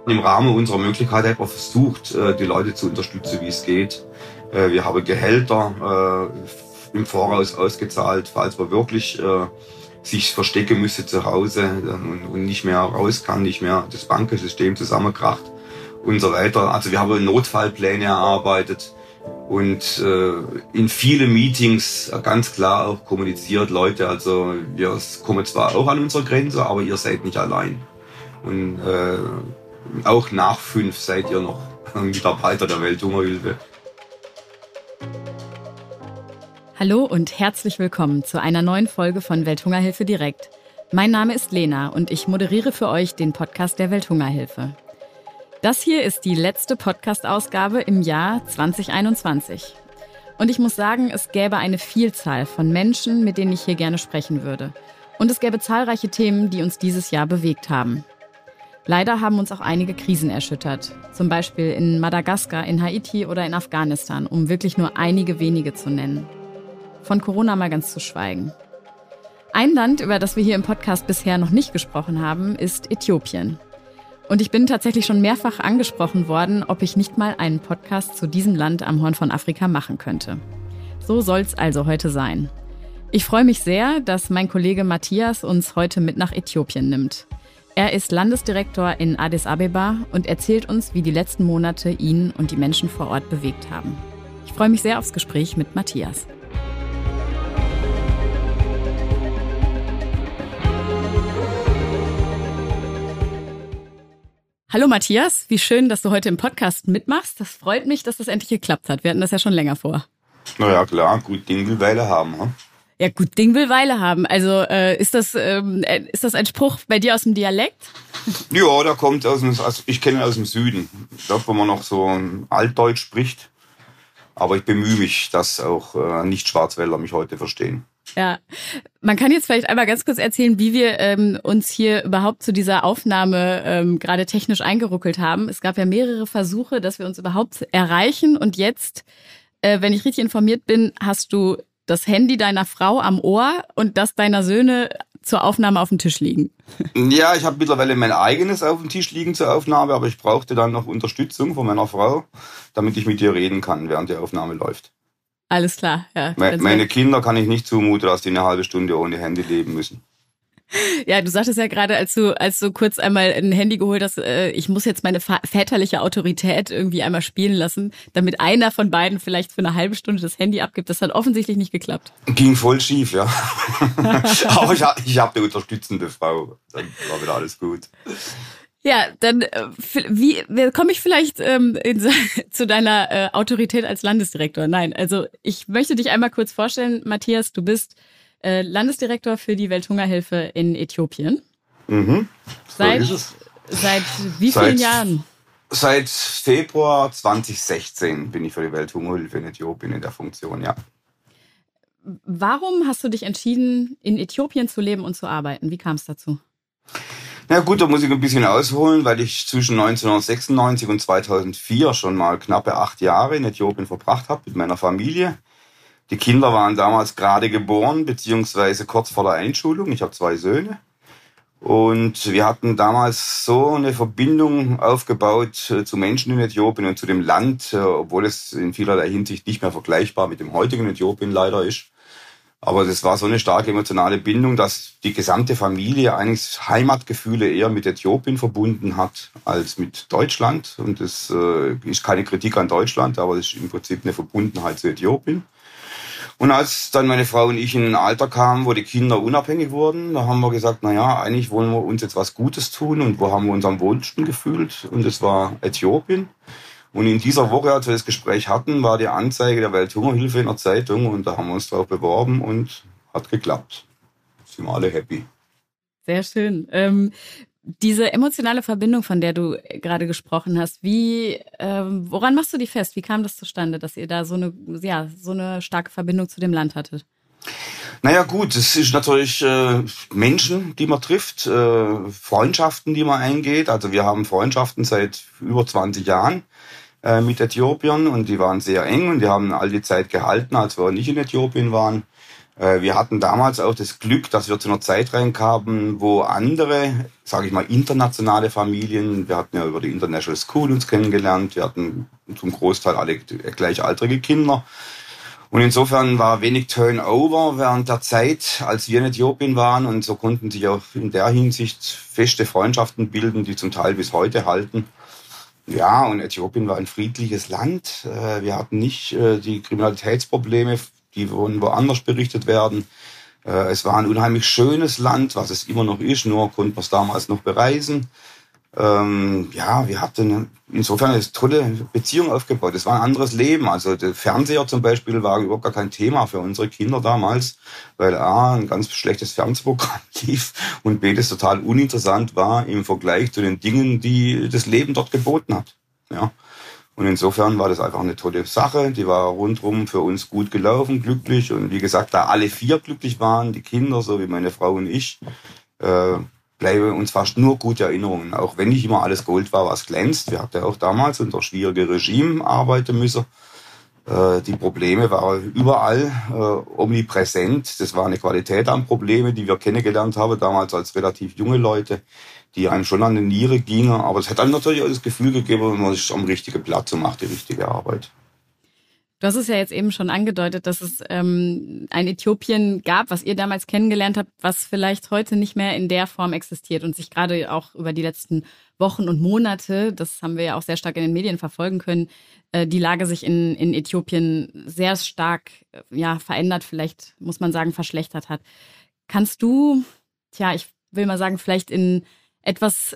Im Rahmen unserer Möglichkeit haben wir versucht, die Leute zu unterstützen, wie es geht. Wir haben Gehälter im Voraus ausgezahlt, falls man wirklich sich verstecken müsste zu Hause und nicht mehr raus kann, nicht mehr das Bankensystem zusammenkracht und so weiter. Also wir haben Notfallpläne erarbeitet und in viele Meetings ganz klar auch kommuniziert, Leute, also wir kommen zwar auch an unsere Grenze, aber ihr seid nicht allein. Und auch nach 5 seid ihr noch Mitarbeiter der Welthungerhilfe. Hallo und herzlich willkommen zu einer neuen Folge von Welthungerhilfe direkt. Mein Name ist Lena und ich moderiere für euch den Podcast der Welthungerhilfe. Das hier ist die letzte Podcast-Ausgabe im Jahr 2021. Und ich muss sagen, es gäbe eine Vielzahl von Menschen, mit denen ich hier gerne sprechen würde. Und es gäbe zahlreiche Themen, die uns dieses Jahr bewegt haben. Leider haben uns auch einige Krisen erschüttert. Zum Beispiel in Madagaskar, in Haiti oder in Afghanistan, um wirklich nur einige wenige zu nennen. Von Corona mal ganz zu schweigen. Ein Land, über das wir hier im Podcast bisher noch nicht gesprochen haben, ist Äthiopien. Und ich bin tatsächlich schon mehrfach angesprochen worden, ob ich nicht mal einen Podcast zu diesem Land am Horn von Afrika machen könnte. So soll's also heute sein. Ich freue mich sehr, dass mein Kollege Matthias uns heute mit nach Äthiopien nimmt. Er ist Landesdirektor in Addis Abeba und erzählt uns, wie die letzten Monate ihn und die Menschen vor Ort bewegt haben. Ich freue mich sehr aufs Gespräch mit Matthias. Hallo Matthias, wie schön, dass du heute im Podcast mitmachst. Das freut mich, dass das endlich geklappt hat. Wir hatten das ja schon länger vor. Na ja, klar, gut Ding will Weile haben. Hm? Ja, gut Ding will Weile haben. Also ist das ein Spruch bei dir aus dem Dialekt? Ja, der kommt ich kenne ihn aus dem Süden. Ich glaube, wo man noch so Altdeutsch spricht. Aber ich bemühe mich, dass auch Nicht-Schwarzwälder mich heute verstehen. Ja, man kann jetzt vielleicht einmal ganz kurz erzählen, wie wir uns hier überhaupt zu dieser Aufnahme gerade technisch eingeruckelt haben. Es gab ja mehrere Versuche, dass wir uns überhaupt erreichen. Und jetzt, wenn ich richtig informiert bin, hast du das Handy deiner Frau am Ohr und das deiner Söhne zur Aufnahme auf dem Tisch liegen. Ja, ich habe mittlerweile mein eigenes auf dem Tisch liegen zur Aufnahme, aber ich brauchte dann noch Unterstützung von meiner Frau, damit ich mit ihr reden kann, während die Aufnahme läuft. Alles klar, ja. Meine Kinder kann ich nicht zumuten, dass die eine halbe Stunde ohne Handy leben müssen. Ja, du sagtest ja gerade, als du kurz einmal ein Handy geholt hast, ich muss jetzt meine väterliche Autorität irgendwie einmal spielen lassen, damit einer von beiden vielleicht für eine halbe Stunde das Handy abgibt. Das hat offensichtlich nicht geklappt. Ging voll schief, ja. Aber ich habe eine unterstützende Frau. Dann war wieder alles gut. Ja, dann komme ich vielleicht zu deiner Autorität als Landesdirektor? Nein, also ich möchte dich einmal kurz vorstellen, Matthias, du bist Landesdirektor für die Welthungerhilfe in Äthiopien. Mhm, so ist es. Seit wie vielen Jahren? Seit Februar 2016 bin ich für die Welthungerhilfe in Äthiopien in der Funktion, ja. Warum hast du dich entschieden, in Äthiopien zu leben und zu arbeiten? Wie kam es dazu? Na gut, da muss ich ein bisschen ausholen, weil ich zwischen 1996 und 2004 schon mal knappe 8 Jahre in Äthiopien verbracht habe mit meiner Familie. Die Kinder waren damals gerade geboren, beziehungsweise kurz vor der Einschulung. Ich habe 2 Söhne. Und wir hatten damals so eine Verbindung aufgebaut zu Menschen in Äthiopien und zu dem Land, obwohl es in vielerlei Hinsicht nicht mehr vergleichbar mit dem heutigen Äthiopien leider ist. Aber das war so eine starke emotionale Bindung, dass die gesamte Familie eigentlich Heimatgefühle eher mit Äthiopien verbunden hat als mit Deutschland. Und das ist keine Kritik an Deutschland, aber es ist im Prinzip eine Verbundenheit zu Äthiopien. Und als dann meine Frau und ich in ein Alter kamen, wo die Kinder unabhängig wurden, da haben wir gesagt, eigentlich wollen wir uns jetzt was Gutes tun und wo haben wir uns am wohlsten gefühlt? Und das war Äthiopien. Und in dieser Woche, als wir das Gespräch hatten, war die Anzeige der Welthungerhilfe in der Zeitung und da haben wir uns drauf beworben und hat geklappt. Sind wir alle happy. Sehr schön. Diese emotionale Verbindung, von der du gerade gesprochen hast, woran machst du die fest? Wie kam das zustande, dass ihr da so eine starke Verbindung zu dem Land hattet? Naja gut, es ist natürlich Menschen, die man trifft, Freundschaften, die man eingeht. Also wir haben Freundschaften seit über 20 Jahren mit Äthiopiern und die waren sehr eng und die haben all die Zeit gehalten, als wir nicht in Äthiopien waren. Wir hatten damals auch das Glück, dass wir zu einer Zeit reinkamen, wo andere, sage ich mal, internationale Familien, wir hatten ja über die International School uns kennengelernt, wir hatten zum Großteil alle gleichaltrige Kinder. Und insofern war wenig Turnover während der Zeit, als wir in Äthiopien waren. Und so konnten sich auch in der Hinsicht feste Freundschaften bilden, die zum Teil bis heute halten. Ja, und Äthiopien war ein friedliches Land. Wir hatten nicht die Kriminalitätsprobleme, die woanders berichtet werden. Es war ein unheimlich schönes Land, was es immer noch ist, nur konnten wir es damals noch bereisen. Wir hatten insofern eine tolle Beziehung aufgebaut. Es war ein anderes Leben. Also der Fernseher zum Beispiel war überhaupt gar kein Thema für unsere Kinder damals, weil A, ein ganz schlechtes Fernsehprogramm lief und B, das total uninteressant war im Vergleich zu den Dingen, die das Leben dort geboten hat. Ja. Und insofern war das einfach eine tolle Sache. Die war rundherum für uns gut gelaufen, glücklich. Und wie gesagt, da alle 4 glücklich waren, die Kinder, so wie meine Frau und ich, bleiben uns fast nur gute Erinnerungen. Auch wenn nicht immer alles Gold war, was glänzt. Wir hatten auch damals unter schwierigem Regime arbeiten müssen. Die Probleme waren überall omnipräsent. Das war eine Qualität an Problemen, die wir kennengelernt haben, damals als relativ junge Leute, die einem schon an die Niere gingen. Aber es hat einem natürlich auch das Gefühl gegeben, wenn man sich am richtigen Platz und macht die richtige Arbeit. Du hast es ja jetzt eben schon angedeutet, dass es ein Äthiopien gab, was ihr damals kennengelernt habt, was vielleicht heute nicht mehr in der Form existiert und sich gerade auch über die letzten Wochen und Monate, das haben wir ja auch sehr stark in den Medien verfolgen können, die Lage sich in Äthiopien sehr stark verändert, vielleicht muss man sagen verschlechtert hat. Kannst du, ich will mal sagen, vielleicht in etwas...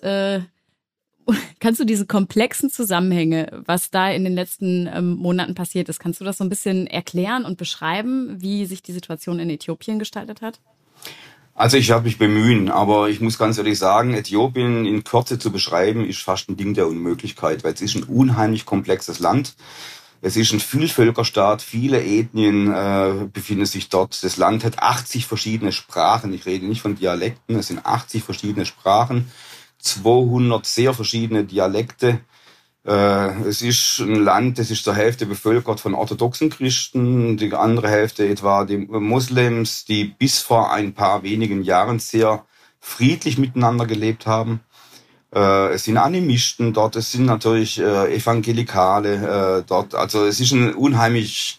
Kannst du diese komplexen Zusammenhänge, was da in den letzten Monaten passiert ist, kannst du das so ein bisschen erklären und beschreiben, wie sich die Situation in Äthiopien gestaltet hat? Also ich werde mich bemühen, aber ich muss ganz ehrlich sagen, Äthiopien in Kürze zu beschreiben, ist fast ein Ding der Unmöglichkeit, weil es ist ein unheimlich komplexes Land. Es ist ein Vielvölkerstaat, viele Ethnien befinden sich dort. Das Land hat 80 verschiedene Sprachen. Ich rede nicht von Dialekten, es sind 80 verschiedene Sprachen. 200 sehr verschiedene Dialekte. Es ist ein Land, das ist zur Hälfte bevölkert von orthodoxen Christen, die andere Hälfte etwa die Moslems, die bis vor ein paar wenigen Jahren sehr friedlich miteinander gelebt haben. Es sind Animisten dort, es sind natürlich Evangelikale dort. Also es ist ein unheimlich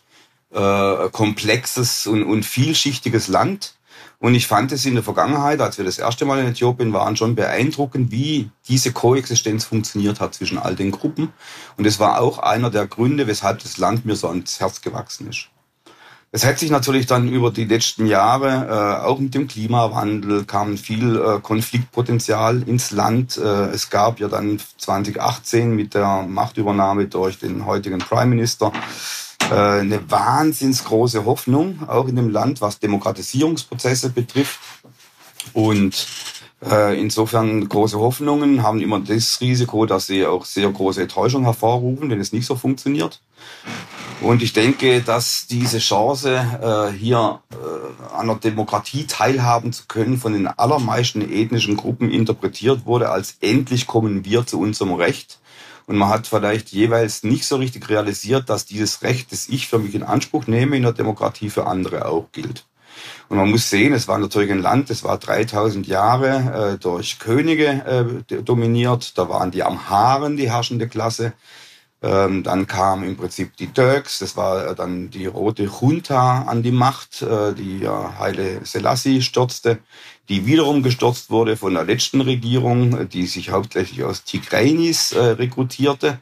komplexes und vielschichtiges Land. Und ich fand es in der Vergangenheit, als wir das erste Mal in Äthiopien waren, schon beeindruckend, wie diese Koexistenz funktioniert hat zwischen all den Gruppen. Und es war auch einer der Gründe, weshalb das Land mir so ans Herz gewachsen ist. Es hat sich natürlich dann über die letzten Jahre, auch mit dem Klimawandel, kam viel Konfliktpotenzial ins Land. Es gab ja dann 2018 mit der Machtübernahme durch den heutigen Prime Minister eine wahnsinns große Hoffnung, auch in dem Land, was Demokratisierungsprozesse betrifft. Und insofern große Hoffnungen haben immer das Risiko, dass sie auch sehr große Enttäuschung hervorrufen, wenn es nicht so funktioniert. Und ich denke, dass diese Chance, hier an der Demokratie teilhaben zu können, von den allermeisten ethnischen Gruppen interpretiert wurde, als endlich kommen wir zu unserem Recht. Und man hat vielleicht jeweils nicht so richtig realisiert, dass dieses Recht, das ich für mich in Anspruch nehme, in der Demokratie für andere auch gilt. Und man muss sehen, es war natürlich ein Land, das war 3000 Jahre durch Könige dominiert. Da waren die Amharen die herrschende Klasse. Dann kam im Prinzip die Turks, das war dann die rote Junta an die Macht, die Haile Selassie stürzte, die wiederum gestürzt wurde von der letzten Regierung, die sich hauptsächlich aus Tigrainis rekrutierte.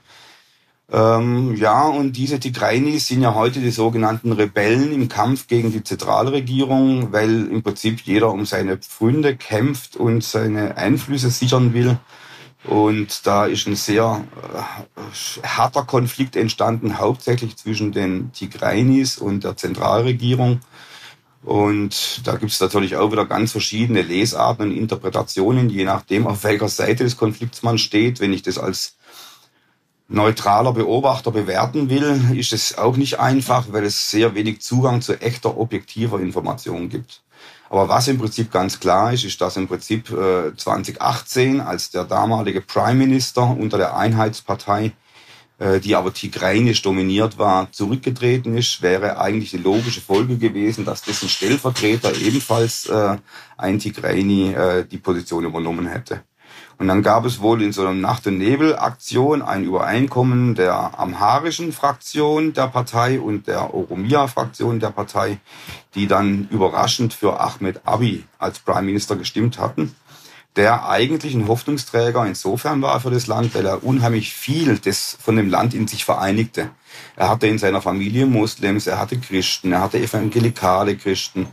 Und diese Tigrainis sind ja heute die sogenannten Rebellen im Kampf gegen die Zentralregierung, weil im Prinzip jeder um seine Pfründe kämpft und seine Einflüsse sichern will. Und da ist ein sehr harter Konflikt entstanden, hauptsächlich zwischen den Tigrainis und der Zentralregierung. Und da gibt es natürlich auch wieder ganz verschiedene Lesarten und Interpretationen, je nachdem, auf welcher Seite des Konflikts man steht. Wenn ich das als neutraler Beobachter bewerten will, ist es auch nicht einfach, weil es sehr wenig Zugang zu echter, objektiver Information gibt. Aber was im Prinzip ganz klar ist, ist, dass im Prinzip 2018, als der damalige Prime Minister unter der Einheitspartei die aber tigrainisch dominiert war, zurückgetreten ist, wäre eigentlich die logische Folge gewesen, dass dessen Stellvertreter ebenfalls ein Tigraini die Position übernommen hätte. Und dann gab es wohl in so einer Nacht- und Nebel-Aktion ein Übereinkommen der amharischen Fraktion der Partei und der Oromia-Fraktion der Partei, die dann überraschend für Ahmed Abiy als Prime Minister gestimmt hatten, der eigentlich ein Hoffnungsträger insofern war für das Land, weil er unheimlich viel von dem Land in sich vereinigte. Er hatte in seiner Familie Moslems, er hatte Christen, er hatte evangelikale Christen.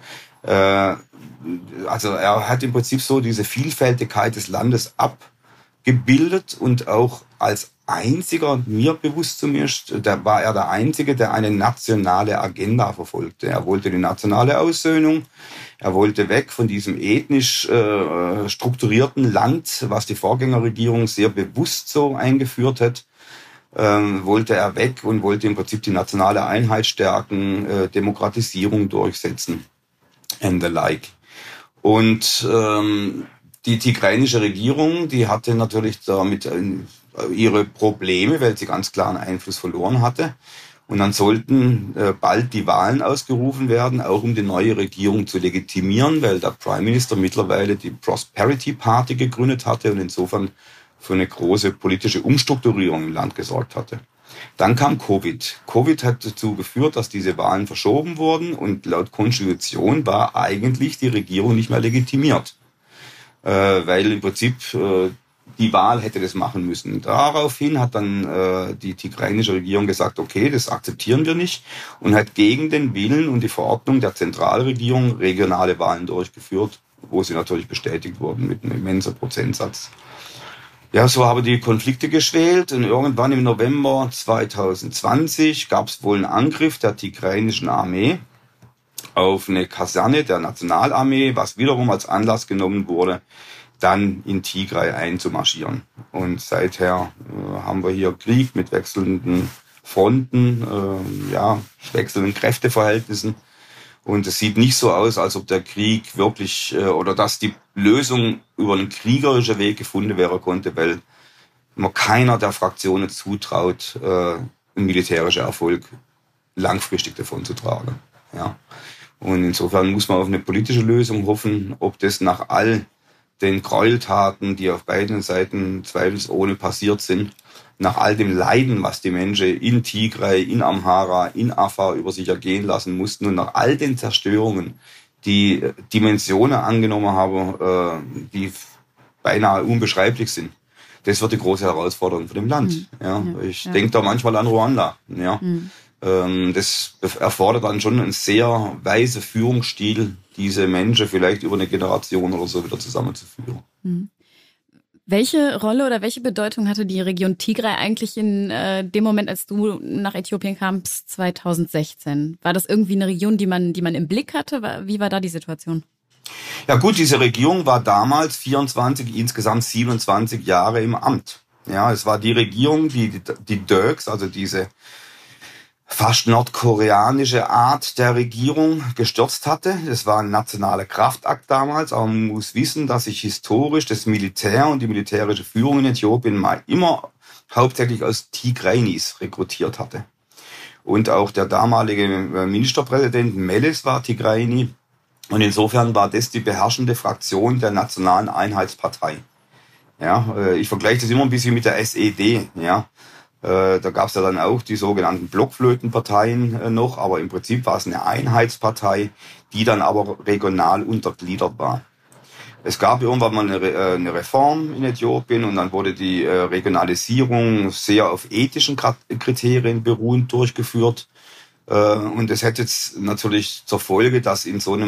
Also er hat im Prinzip so diese Vielfältigkeit des Landes abgebildet und auch als einziger, mir bewusst zumindest, war er der Einzige, der eine nationale Agenda verfolgte. Er wollte die nationale Aussöhnung, er wollte weg von diesem ethnisch strukturierten Land, was die Vorgängerregierung sehr bewusst so eingeführt hat. Wollte er weg und wollte im Prinzip die nationale Einheit stärken, Demokratisierung durchsetzen and the like. Und die tigrainische Regierung, die hatte natürlich damit ihre Probleme, weil sie ganz klaren Einfluss verloren hatte. Und dann sollten bald die Wahlen ausgerufen werden, auch um die neue Regierung zu legitimieren, weil der Prime Minister mittlerweile die Prosperity Party gegründet hatte und insofern für eine große politische Umstrukturierung im Land gesorgt hatte. Dann kam Covid. Covid hat dazu geführt, dass diese Wahlen verschoben wurden und laut Konstitution war eigentlich die Regierung nicht mehr legitimiert, weil im Prinzip die Wahl hätte das machen müssen. Daraufhin hat dann die tigrainische Regierung gesagt, okay, das akzeptieren wir nicht und hat gegen den Willen und die Verordnung der Zentralregierung regionale Wahlen durchgeführt, wo sie natürlich bestätigt wurden mit einem immensen Prozentsatz. Ja, so haben die Konflikte geschwelt und irgendwann im November 2020 gab es wohl einen Angriff der tigrainischen Armee auf eine Kaserne der Nationalarmee, was wiederum als Anlass genommen wurde, dann in Tigray einzumarschieren. Und seither haben wir hier Krieg mit wechselnden Fronten, wechselnden Kräfteverhältnissen. Und es sieht nicht so aus, als ob der Krieg wirklich oder dass die Lösung über einen kriegerischen Weg gefunden werden konnte, weil man keiner der Fraktionen zutraut, einen militärischen Erfolg langfristig davon zu tragen. Ja. Und insofern muss man auf eine politische Lösung hoffen, ob das nach all den Gräueltaten, die auf beiden Seiten zweifelsohne passiert sind, nach all dem Leiden, was die Menschen in Tigray, in Amhara, in Afar über sich ergehen lassen mussten und nach all den Zerstörungen, die Dimensionen angenommen haben, die beinahe unbeschreiblich sind. Das wird die große Herausforderung für dem Land. Ich denke da manchmal an Ruanda. Ja. Das erfordert dann schon einen sehr weisen Führungsstil, diese Menschen vielleicht über eine Generation oder so wieder zusammenzuführen. Welche Rolle oder welche Bedeutung hatte die Region Tigray eigentlich in dem Moment, als du nach Äthiopien kamst, 2016? War das irgendwie eine Region, die man im Blick hatte? Wie war da die Situation? Ja gut, diese Regierung war damals 24, insgesamt 27 Jahre im Amt. Ja, es war die Regierung, die Dergs, also diese fast nordkoreanische Art der Regierung gestürzt hatte. Das war ein nationaler Kraftakt damals, aber man muss wissen, dass sich historisch das Militär und die militärische Führung in Äthiopien mal immer hauptsächlich aus Tigrainis rekrutiert hatte. Und auch der damalige Ministerpräsident Meles war Tigraini und insofern war das die beherrschende Fraktion der Nationalen Einheitspartei. Ja, ich vergleiche das immer ein bisschen mit der SED, ja. Da gab es ja dann auch die sogenannten Blockflötenparteien noch, aber im Prinzip war es eine Einheitspartei, die dann aber regional untergliedert war. Es gab irgendwann mal eine Reform in Äthiopien und dann wurde die Regionalisierung sehr auf ethischen Kriterien beruhend durchgeführt. Und das hätte jetzt natürlich zur Folge, dass in so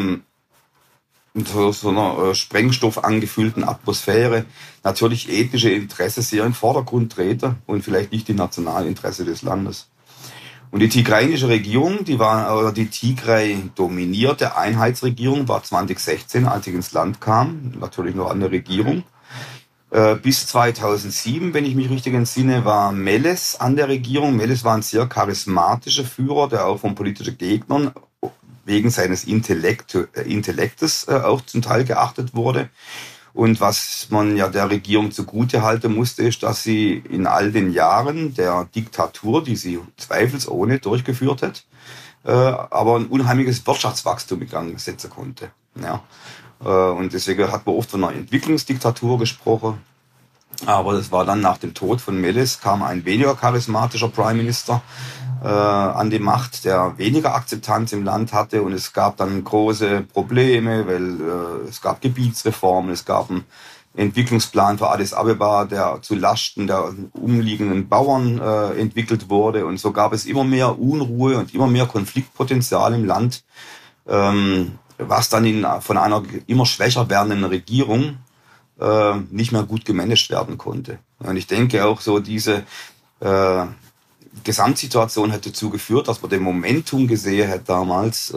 einer Sprengstoff angefüllten Atmosphäre natürlich ethnische Interesse sehr in den Vordergrund treten und vielleicht nicht die Nationalinteresse des Landes. Und die tigrainische Regierung, die Tigray-dominierte Einheitsregierung war 2016, als ich ins Land kam, natürlich noch an der Regierung. Bis 2007, wenn ich mich richtig entsinne, war Meles an der Regierung. Meles war ein sehr charismatischer Führer, der auch von politischen Gegnern wegen seines Intellektes auch zum Teil geachtet wurde. Und was man ja der Regierung zugute halten musste, ist, dass sie in all den Jahren der Diktatur, die sie zweifelsohne durchgeführt hat, aber ein unheimliches Wirtschaftswachstum in Gang setzen konnte. Ja. Und deswegen hat man oft von einer Entwicklungsdiktatur gesprochen. Aber das war dann nach dem Tod von Meles, kam ein weniger charismatischer Prime Minister an die Macht, der weniger Akzeptanz im Land hatte. Und es gab dann große Probleme, weil es gab Gebietsreformen, es gab einen Entwicklungsplan für Addis Abeba, der zu Lasten der umliegenden Bauern entwickelt wurde. Und so gab es immer mehr Unruhe und immer mehr Konfliktpotenzial im Land, was dann von einer immer schwächer werdenden Regierung nicht mehr gut gemanagt werden konnte. Und ich denke auch so, diese Gesamtsituation hat dazu geführt, dass man den Momentum gesehen hat, damals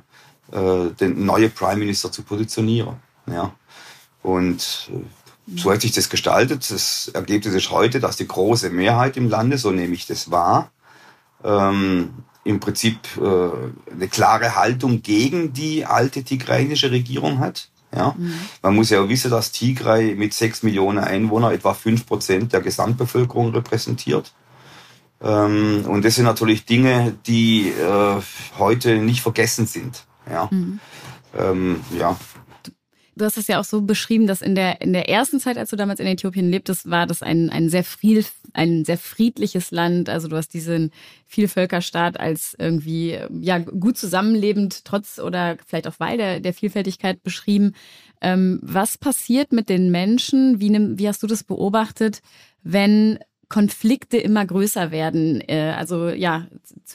den neuen Prime Minister zu positionieren. Ja. Und so hat sich das gestaltet. Das Ergebnis ist heute, dass die große Mehrheit im Lande, so nehme ich das wahr, im Prinzip eine klare Haltung gegen die alte tigrainische Regierung hat. Ja. Man muss ja auch wissen, dass Tigray mit 6 Millionen Einwohnern etwa 5% der Gesamtbevölkerung repräsentiert. Und das sind natürlich Dinge, die heute nicht vergessen sind. Ja. Ja. Du hast es ja auch so beschrieben, dass in der ersten Zeit, als du damals in Äthiopien lebtest, war das ein sehr friedliches Land. Also du hast diesen Vielvölkerstaat als irgendwie ja gut zusammenlebend, trotz oder vielleicht auch weil der Vielfältigkeit beschrieben. Was passiert mit den Menschen? Wie hast du das beobachtet, wenn Konflikte immer größer werden, also ja,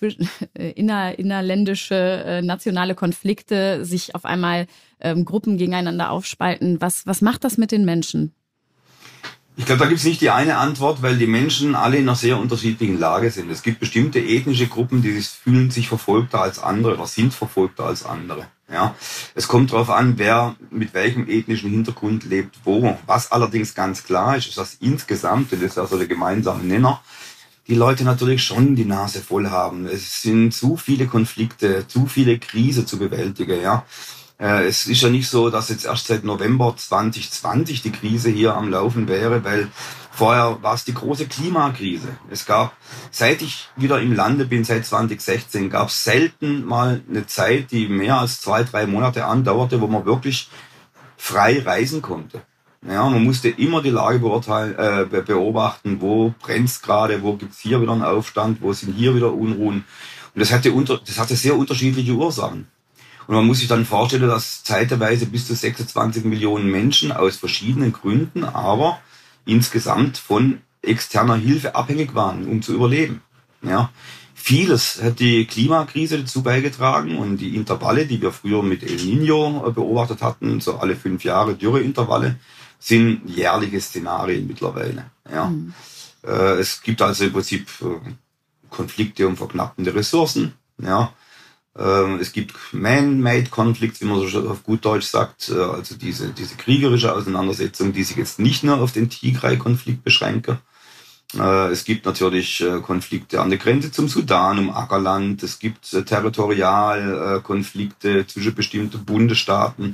innerländische, nationale Konflikte sich auf einmal Gruppen gegeneinander aufspalten. Was macht das mit den Menschen? Ich glaube, da gibt es nicht die eine Antwort, weil die Menschen alle in einer sehr unterschiedlichen Lage sind. Es gibt bestimmte ethnische Gruppen, die fühlen sich verfolgter als andere oder sind verfolgter als andere. Ja, es kommt darauf an, wer mit welchem ethnischen Hintergrund lebt wo. Was allerdings ganz klar ist, ist, dass insgesamt, und das ist also der gemeinsame Nenner, die Leute natürlich schon die Nase voll haben. Es sind zu viele Konflikte, zu viele Krisen zu bewältigen. Ja, es ist ja nicht so, dass jetzt erst seit November 2020 die Krise hier am Laufen wäre, weil vorher war es die große Klimakrise. Es gab, seit ich wieder im Lande bin, seit 2016, gab es selten mal eine Zeit, die mehr als 2-3 Monate andauerte, wo man wirklich frei reisen konnte. Ja, man musste immer die Lage beobachten, wo brennt's gerade, wo gibt's hier wieder einen Aufstand, wo sind hier wieder Unruhen. Und das hatte sehr unterschiedliche Ursachen. Und man muss sich dann vorstellen, dass zeitweise bis zu 26 Millionen Menschen aus verschiedenen Gründen, aber insgesamt von externer Hilfe abhängig waren, um zu überleben. Ja. Vieles hat die Klimakrise dazu beigetragen und die Intervalle, die wir früher mit El Niño beobachtet hatten, so alle 5 Jahre Dürreintervalle, sind jährliche Szenarien mittlerweile. Ja. Es gibt also im Prinzip Konflikte um verknappende Ressourcen. Ja. Es gibt Man-Made-Conflicts, wie man so auf gut Deutsch sagt, also diese kriegerische Auseinandersetzung, die sich jetzt nicht nur auf den Tigray-Konflikt beschränken. Es gibt natürlich Konflikte an der Grenze zum Sudan, um Ackerland. Es gibt Territorialkonflikte zwischen bestimmten Bundesstaaten,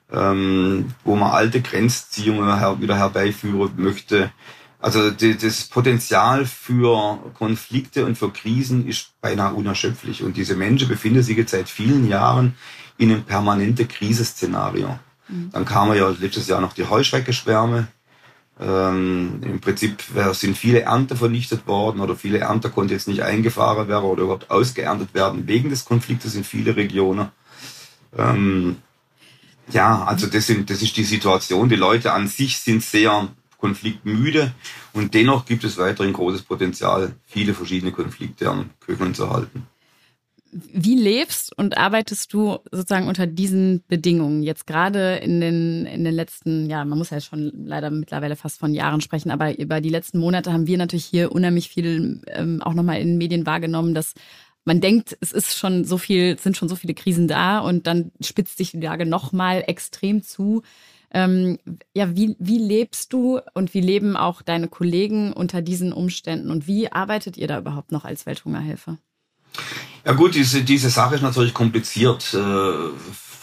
wo man alte Grenzziehungen wieder herbeiführen möchte. Also das Potenzial für Konflikte und für Krisen ist beinahe unerschöpflich. Und diese Menschen befinden sich jetzt seit vielen Jahren in einem permanenten Krisenszenario. Dann kamen ja letztes Jahr noch die Heuschreckenschwärme. Im Prinzip sind viele Ernten vernichtet worden oder viele Ernten konnten jetzt nicht eingefahren werden oder überhaupt ausgeerntet werden wegen des Konfliktes in viele Regionen. Ja, also das ist die Situation. Die Leute an sich sind sehr konfliktmüde und dennoch gibt es weiterhin großes Potenzial, viele verschiedene Konflikte am Köcheln zu halten. Wie lebst und arbeitest du sozusagen unter diesen Bedingungen? Jetzt gerade in den letzten, ja, man muss ja schon leider mittlerweile fast von Jahren sprechen, aber über die letzten Monate haben wir natürlich hier unheimlich viel auch nochmal in den Medien wahrgenommen, dass man denkt, sind schon so viele Krisen da und dann spitzt sich die Lage nochmal extrem zu. Ja, wie lebst du und wie leben auch deine Kollegen unter diesen Umständen und wie arbeitet ihr da überhaupt noch als Welthungerhilfe? Ja gut, diese Sache ist natürlich kompliziert.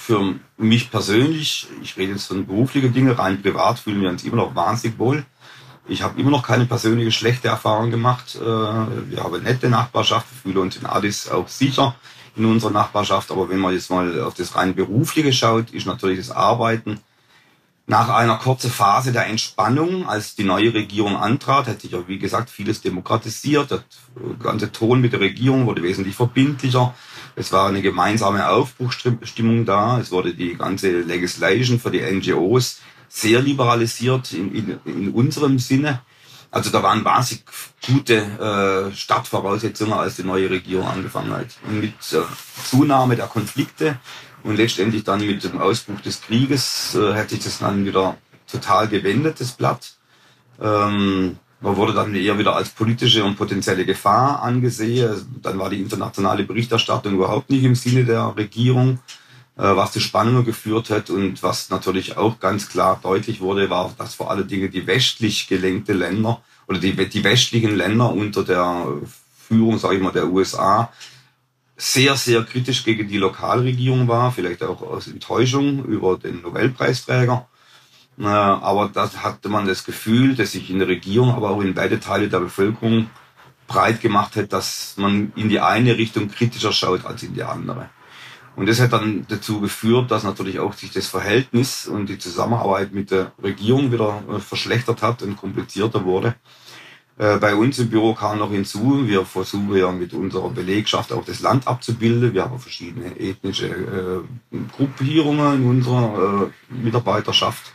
für mich persönlich, ich rede jetzt von beruflichen Dingen, rein privat fühlen wir uns immer noch wahnsinnig wohl. Ich habe immer noch keine persönliche schlechte Erfahrung gemacht. Wir haben eine nette Nachbarschaft, wir fühlen uns in Addis auch sicher in unserer Nachbarschaft. Aber wenn man jetzt mal auf das rein berufliche schaut, ist natürlich das Arbeiten nach einer kurzen Phase der Entspannung, als die neue Regierung antrat, hat sich ja, wie gesagt, vieles demokratisiert. Der ganze Ton mit der Regierung wurde wesentlich verbindlicher. Es war eine gemeinsame Aufbruchsstimmung da. Es wurde die ganze Legislation für die NGOs sehr liberalisiert in unserem Sinne. Also da waren wahnsinnig gute Startvoraussetzungen, als die neue Regierung angefangen hat. Und mit Zunahme der Konflikte und letztendlich dann mit dem Ausbruch des Krieges hat sich das dann wieder total gewendet, das Blatt. Man wurde dann eher wieder als politische und potenzielle Gefahr angesehen. Dann war die internationale Berichterstattung überhaupt nicht im Sinne der Regierung, was zu Spannungen geführt hat. Und was natürlich auch ganz klar deutlich wurde, war, dass vor allen Dingen die westlich gelenkte Länder oder die westlichen Länder unter der Führung, sage ich mal, der USA sehr, sehr kritisch gegen die Lokalregierung war, vielleicht auch aus Enttäuschung über den Nobelpreisträger. Aber da hatte man das Gefühl, dass sich in der Regierung, aber auch in beide Teile der Bevölkerung breit gemacht hat, dass man in die eine Richtung kritischer schaut als in die andere. Und das hat dann dazu geführt, dass natürlich auch sich das Verhältnis und die Zusammenarbeit mit der Regierung wieder verschlechtert hat und komplizierter wurde. Bei uns im Büro kam noch hinzu, wir versuchen ja mit unserer Belegschaft auch das Land abzubilden. Wir haben verschiedene ethnische Gruppierungen in unserer Mitarbeiterschaft.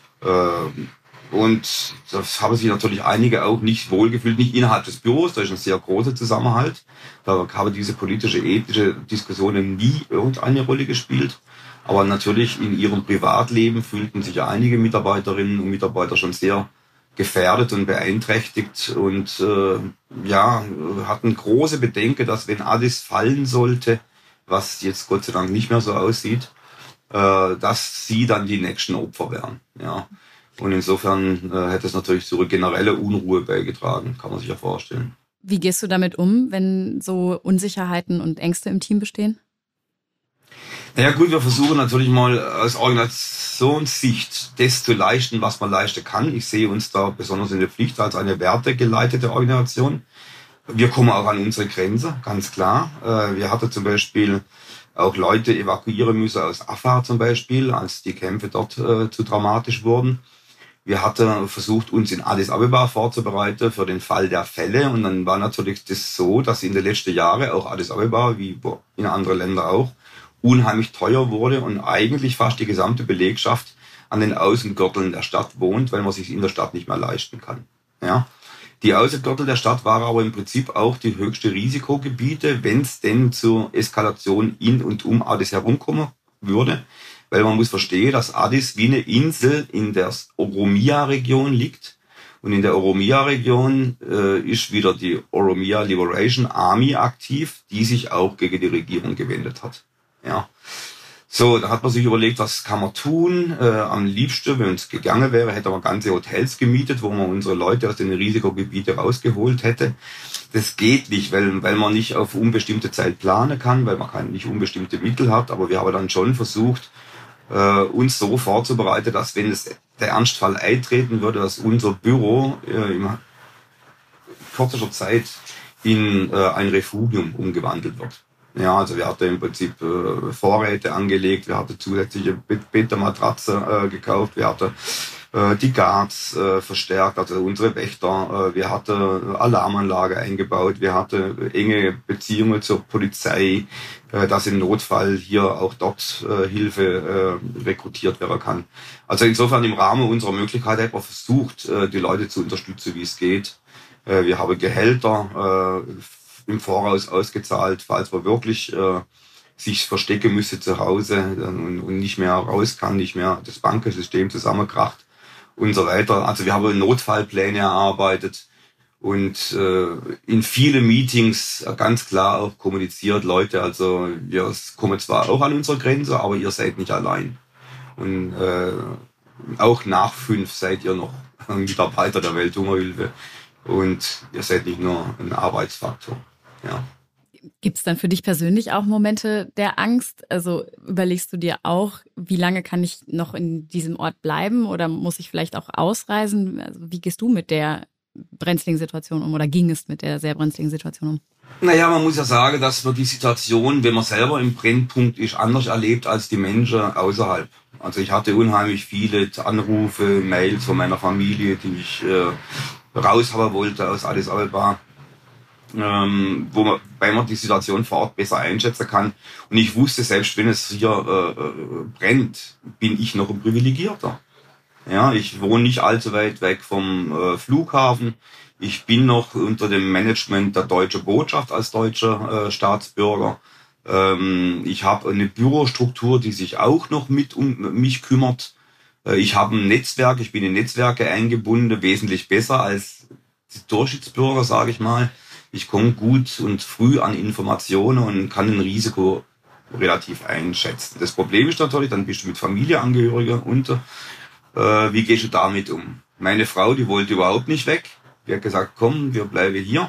Und das haben sich natürlich einige auch nicht wohlgefühlt, nicht innerhalb des Büros, da ist ein sehr großer Zusammenhalt. Da haben diese politische, ethische Diskussionen nie irgendeine Rolle gespielt. Aber natürlich in ihrem Privatleben fühlten sich einige Mitarbeiterinnen und Mitarbeiter schon sehr gefährdet und beeinträchtigt und hatten große Bedenken, dass wenn Addis fallen sollte, was jetzt Gott sei Dank nicht mehr so aussieht, dass sie dann die nächsten Opfer wären. Ja. Und insofern hätte es natürlich zu generelle Unruhe beigetragen, kann man sich ja vorstellen. Wie gehst du damit um, wenn so Unsicherheiten und Ängste im Team bestehen? Naja gut, wir versuchen natürlich mal aus Organisationssicht das zu leisten, was man leisten kann. Ich sehe uns da besonders in der Pflicht als eine wertegeleitete Organisation. Wir kommen auch an unsere Grenze, ganz klar. Wir hatten zum Beispiel auch Leute evakuieren müssen aus Afar zum Beispiel, als die Kämpfe dort zu dramatisch wurden. Wir hatten versucht, uns in Addis Abeba vorzubereiten für den Fall der Fälle. Und dann war natürlich das so, dass in den letzten Jahren auch Addis Abeba, wie in anderen Ländern auch, unheimlich teuer wurde und eigentlich fast die gesamte Belegschaft an den Außengürteln der Stadt wohnt, weil man sich in der Stadt nicht mehr leisten kann. Ja. Die Außengürtel der Stadt waren aber im Prinzip auch die höchsten Risikogebiete, wenn es denn zur Eskalation in und um Addis herumkommen würde. Weil man muss verstehen, dass Addis wie eine Insel in der Oromia-Region liegt. Und in der Oromia-Region ist wieder die Oromia Liberation Army aktiv, die sich auch gegen die Regierung gewendet hat. Ja. So, da hat man sich überlegt, was kann man tun. Am liebsten, wenn es gegangen wäre, hätte man ganze Hotels gemietet, wo man unsere Leute aus den Risikogebieten rausgeholt hätte. Das geht nicht, weil man nicht auf unbestimmte Zeit planen kann, weil man nicht unbestimmte Mittel hat. Aber wir haben dann schon versucht, uns so vorzubereiten, dass wenn es der Ernstfall eintreten würde, dass unser Büro in kürzester Zeit in ein Refugium umgewandelt wird. Ja, also wir hatten im Prinzip Vorräte angelegt, wir hatten zusätzliche Bettmatratzen gekauft, wir hatten die Guards verstärkt, also unsere Wächter, wir hatten Alarmanlage eingebaut, wir hatten enge Beziehungen zur Polizei, dass im Notfall hier auch dort Hilfe rekrutiert werden kann. Also insofern im Rahmen unserer Möglichkeit hat man versucht, die Leute zu unterstützen, wie es geht. Wir haben Gehälter im Voraus ausgezahlt, falls man wirklich sich verstecken müsste zu Hause und nicht mehr raus kann, nicht mehr das Bankensystem zusammenkracht und so weiter. Also wir haben Notfallpläne erarbeitet und in viele Meetings ganz klar auch kommuniziert, Leute, also wir kommen zwar auch an unsere Grenze, aber ihr seid nicht allein. Und auch nach 5 seid ihr noch Mitarbeiter der Welthungerhilfe und ihr seid nicht nur ein Arbeitsfaktor. Ja. Gibt es dann für dich persönlich auch Momente der Angst? Also überlegst du dir auch, wie lange kann ich noch in diesem Ort bleiben oder muss ich vielleicht auch ausreisen? Also wie gehst du mit der brenzligen Situation um oder ging es mit der sehr brenzligen Situation um? Naja, man muss ja sagen, dass man die Situation, wenn man selber im Brennpunkt ist, anders erlebt als die Menschen außerhalb. Also ich hatte unheimlich viele Anrufe, Mails von meiner Familie, die ich raushaben wollte aus Addis Abeba, weil man die Situation vor Ort besser einschätzen kann. Und ich wusste, selbst wenn es hier brennt, bin ich noch ein Privilegierter. Ja, ich wohne nicht allzu weit weg vom Flughafen. Ich bin noch unter dem Management der Deutschen Botschaft als deutscher Staatsbürger. Ich habe eine Bürostruktur, die sich auch noch mit um mich kümmert. Ich habe ein Netzwerk, ich bin in Netzwerke eingebunden, wesentlich besser als die Durchschnittsbürger, sage ich mal. Ich komme gut und früh an Informationen und kann ein Risiko relativ einschätzen. Das Problem ist natürlich, dann bist du mit Familienangehörigen unter. Wie gehst du damit um? Meine Frau, die wollte überhaupt nicht weg. Die hat gesagt, komm, wir bleiben hier.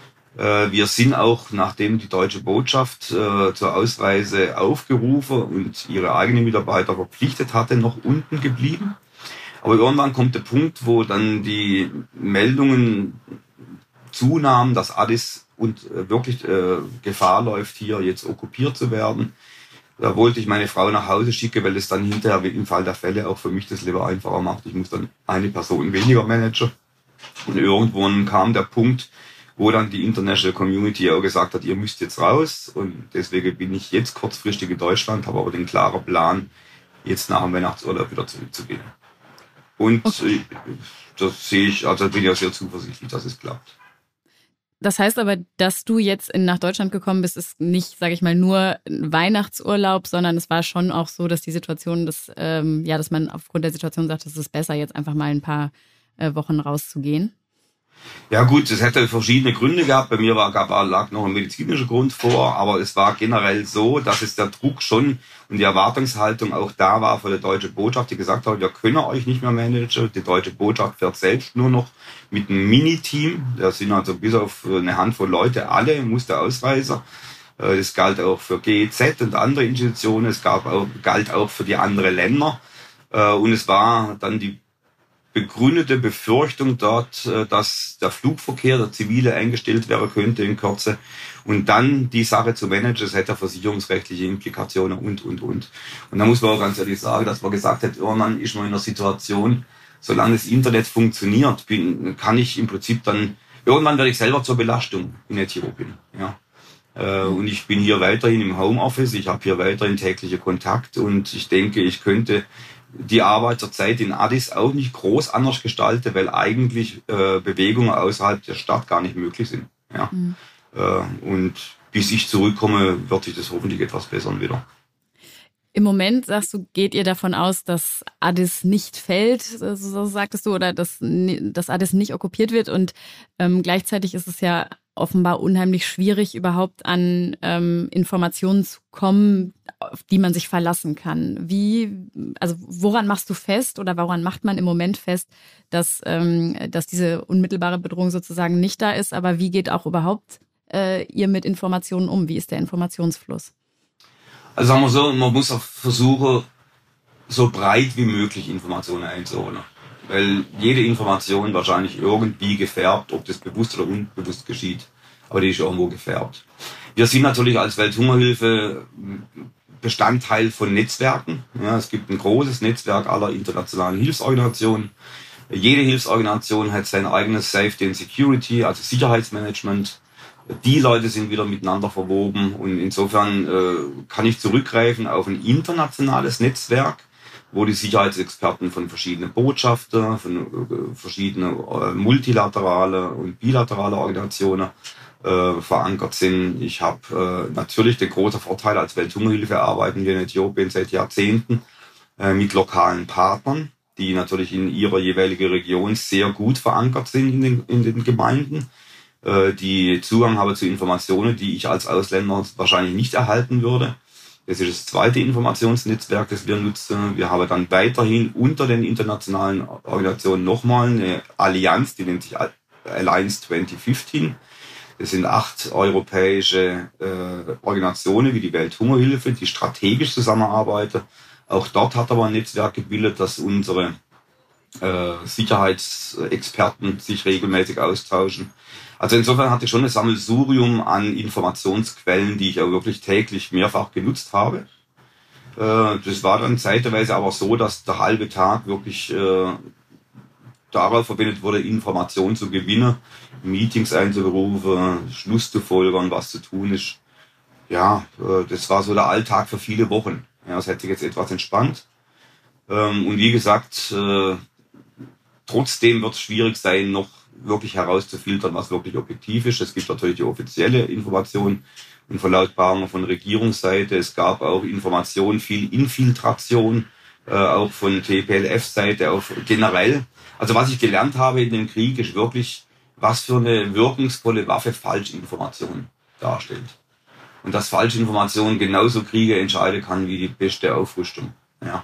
Wir sind auch, nachdem die Deutsche Botschaft zur Ausreise aufgerufen und ihre eigenen Mitarbeiter verpflichtet hatte, noch unten geblieben. Aber irgendwann kommt der Punkt, wo dann die Meldungen zunahmen, dass Addis und wirklich Gefahr läuft, hier jetzt okkupiert zu werden. Da wollte ich meine Frau nach Hause schicken, weil es dann hinterher im Fall der Fälle auch für mich das Leben einfacher macht. Ich muss dann eine Person weniger managen. Und irgendwann kam der Punkt, wo dann die International Community auch gesagt hat, ihr müsst jetzt raus. Und deswegen bin ich jetzt kurzfristig in Deutschland, habe aber den klaren Plan, jetzt nach dem Weihnachtsurlaub wieder zurückzugehen. Und okay. Das sehe ich, also bin ich auch sehr zuversichtlich, dass es klappt. Das heißt aber, dass du jetzt nach Deutschland gekommen bist, ist nicht, sage ich mal, nur ein Weihnachtsurlaub, sondern es war schon auch so, dass die Situation, dass man aufgrund der Situation sagt, es ist besser, jetzt einfach mal ein paar Wochen rauszugehen. Ja gut, es hätte verschiedene Gründe gehabt. Bei mir lag noch ein medizinischer Grund vor, aber es war generell so, dass es der Druck schon und die Erwartungshaltung auch da war von der Deutschen Botschaft, die gesagt hat, wir können euch nicht mehr managen. Die Deutsche Botschaft fährt selbst nur noch mit einem Mini-Team. Da sind also bis auf eine Handvoll Leute, alle musste ausreisen. Das galt auch für GEZ und andere Institutionen, es galt auch für die anderen Länder. Und es war dann die begründete Befürchtung dort, dass der Flugverkehr, der zivile, eingestellt werden könnte in Kürze. Und dann die Sache zu managen, das hätte versicherungsrechtliche Implikationen und. Und da muss man auch ganz ehrlich sagen, dass man gesagt hat, irgendwann ist man in einer Situation, solange das Internet funktioniert, kann ich im Prinzip dann, irgendwann werde ich selber zur Belastung in Äthiopien. Ja. Und ich bin hier weiterhin im Homeoffice, ich habe hier weiterhin tägliche Kontakt und ich denke, ich könnte die Arbeit zurzeit in Addis auch nicht groß anders gestalten, weil eigentlich Bewegungen außerhalb der Stadt gar nicht möglich sind. Ja. Mhm. Und bis ich zurückkomme, wird sich das hoffentlich etwas bessern wieder. Im Moment, sagst du, geht ihr davon aus, dass Addis nicht fällt, so sagtest du, oder dass Addis nicht okkupiert wird und gleichzeitig ist es ja offenbar unheimlich schwierig, überhaupt an Informationen zu kommen, auf die man sich verlassen kann. Woran machst du fest oder woran macht man im Moment fest, dass diese unmittelbare Bedrohung sozusagen nicht da ist, aber wie geht auch überhaupt ihr mit Informationen um? Wie ist der Informationsfluss? Also sagen wir so, man muss auch versuchen, so breit wie möglich Informationen einzuholen. Weil jede Information wahrscheinlich irgendwie gefärbt, ob das bewusst oder unbewusst geschieht. Aber die ist irgendwo gefärbt. Wir sind natürlich als Welthungerhilfe Bestandteil von Netzwerken. Ja, es gibt ein großes Netzwerk aller internationalen Hilfsorganisationen. Jede Hilfsorganisation hat sein eigenes Safety and Security, also Sicherheitsmanagement. Die Leute sind wieder miteinander verwoben und insofern kann ich zurückgreifen auf ein internationales Netzwerk, wo die Sicherheitsexperten von verschiedenen Botschaften, von verschiedenen multilaterale und bilaterale Organisationen verankert sind. Ich habe natürlich den großen Vorteil, als Welthungerhilfe arbeiten wir in Äthiopien seit Jahrzehnten mit lokalen Partnern, die natürlich in ihrer jeweiligen Region sehr gut verankert sind in den Gemeinden, die Zugang haben zu Informationen, die ich als Ausländer wahrscheinlich nicht erhalten würde. Das ist das zweite Informationsnetzwerk, das wir nutzen. Wir haben dann weiterhin unter den internationalen Organisationen nochmal eine Allianz, die nennt sich Alliance 2015. Es sind 8 europäische Organisationen wie die Welthungerhilfe, die strategisch zusammenarbeiten. Auch dort hat aber ein Netzwerk gebildet, dass unsere Sicherheitsexperten sich regelmäßig austauschen. Also insofern hatte ich schon ein Sammelsurium an Informationsquellen, die ich auch wirklich täglich mehrfach genutzt habe. Das war dann zeitweise aber so, dass der halbe Tag wirklich darauf verwendet wurde, Informationen zu gewinnen, Meetings einzuberufen, Schluss zu folgern, was zu tun ist. Ja, das war so der Alltag für viele Wochen. Ja, das hätte sich jetzt etwas entspannt. Und wie gesagt, trotzdem wird es schwierig sein, noch wirklich herauszufiltern, was wirklich objektiv ist. Es gibt natürlich die offizielle Information und Verlautbarungen von Regierungsseite. Es gab auch Informationen, viel Infiltration, auch von TPLF-Seite auf generell. Also was ich gelernt habe in dem Krieg ist wirklich, was für eine wirkungsvolle Waffe Falschinformation darstellt. Und dass Falschinformation genauso Kriege entscheiden kann wie die beste Aufrüstung. Ja.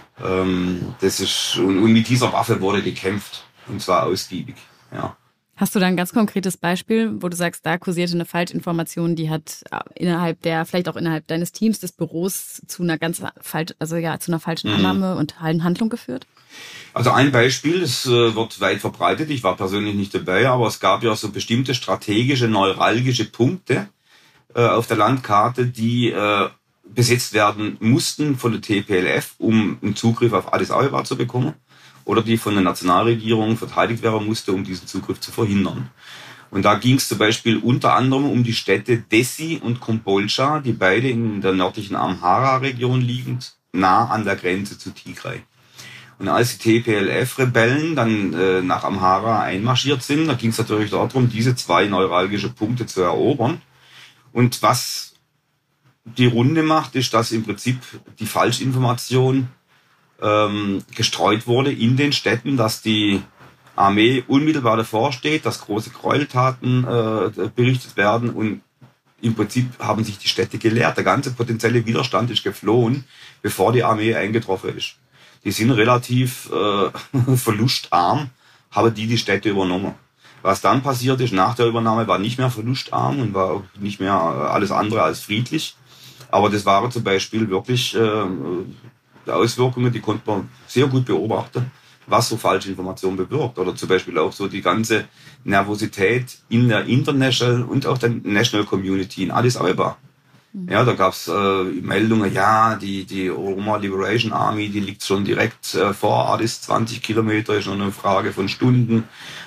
Das ist, und mit dieser Waffe wurde gekämpft. Und zwar ausgiebig. Ja. Hast du da ein ganz konkretes Beispiel, wo du sagst, da kursierte eine Falschinformation, die hat vielleicht auch innerhalb deines Teams, des Büros zu einer zu einer falschen Annahme und Handlung geführt? Also ein Beispiel, es wird weit verbreitet, ich war persönlich nicht dabei, aber es gab ja so bestimmte strategische, neuralgische Punkte auf der Landkarte, die besetzt werden mussten von der TPLF, um einen Zugriff auf Addis Abeba zu bekommen, oder die von der Nationalregierung verteidigt werden musste, um diesen Zugriff zu verhindern. Und da ging es zum Beispiel unter anderem um die Städte Dessie und Kombolcha, die beide in der nördlichen Amhara-Region liegen, nah an der Grenze zu Tigray. Und als die TPLF-Rebellen dann nach Amhara einmarschiert sind, da ging es natürlich darum, diese 2 neuralgische Punkte zu erobern. Und was die Runde macht, ist, dass im Prinzip die Falschinformation gestreut wurde in den Städten, dass die Armee unmittelbar davor steht, dass große Gräueltaten berichtet werden und im Prinzip haben sich die Städte geleert. Der ganze potenzielle Widerstand ist geflohen, bevor die Armee eingetroffen ist. Die sind relativ verlustarm, haben die Städte übernommen. Was dann passiert ist, nach der Übernahme war nicht mehr verlustarm und war auch nicht mehr alles andere als friedlich. Aber das waren zum Beispiel wirklich Auswirkungen, die konnte man sehr gut beobachten, was so Falschinformation bewirkt. Oder zum Beispiel auch so die ganze Nervosität in der International und auch der National Community in Addis Abeba. Ja, da gab es Meldungen, ja, die Oromo Liberation Army, die liegt schon direkt vor Addis, 20 Kilometer, ist schon eine Frage von Stunden.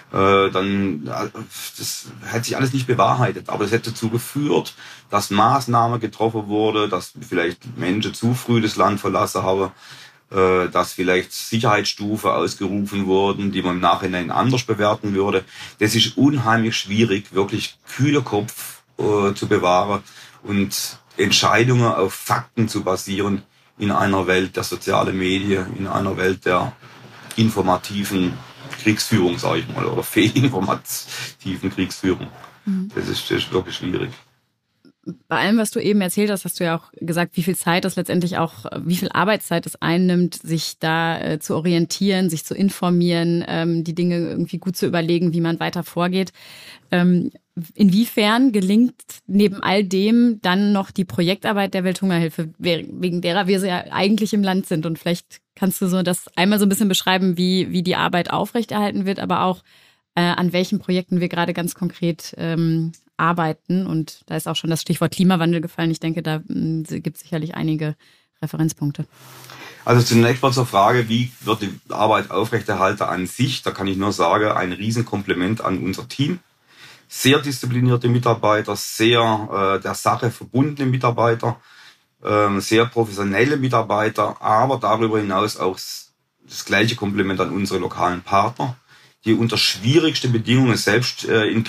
Das hat sich alles nicht bewahrheitet, aber es hätte dazu geführt, dass Maßnahmen getroffen wurde, dass vielleicht Menschen zu früh das Land verlassen haben, dass vielleicht Sicherheitsstufen ausgerufen wurden, die man im Nachhinein anders bewerten würde. Das ist unheimlich schwierig, wirklich kühler Kopf zu bewahren und Entscheidungen auf Fakten zu basieren in einer Welt der sozialen Medien, in einer Welt der informativen Kriegsführung, sage ich mal, oder fehlinformativen Kriegsführung. Das ist wirklich schwierig. Bei allem, was du eben erzählt hast, hast du ja auch gesagt, wie viel Zeit das letztendlich auch, wie viel Arbeitszeit es einnimmt, sich da zu orientieren, sich zu informieren, die Dinge irgendwie gut zu überlegen, wie man weiter vorgeht. Inwiefern gelingt neben all dem dann noch die Projektarbeit der Welthungerhilfe, wegen derer wir ja eigentlich im Land sind? Und vielleicht kannst du so das einmal so ein bisschen beschreiben, wie die Arbeit aufrechterhalten wird, aber auch an welchen Projekten wir gerade ganz konkret arbeiten. Und da ist auch schon das Stichwort Klimawandel gefallen. Ich denke, da gibt es sicherlich einige Referenzpunkte. Also zunächst mal zur Frage, wie wird die Arbeit aufrechterhalten an sich? Da kann ich nur sagen, ein Riesenkompliment an unser Team. Sehr disziplinierte Mitarbeiter, sehr der Sache verbundene Mitarbeiter, sehr professionelle Mitarbeiter, aber darüber hinaus auch das gleiche Kompliment an unsere lokalen Partner, die unter schwierigsten Bedingungen selbst in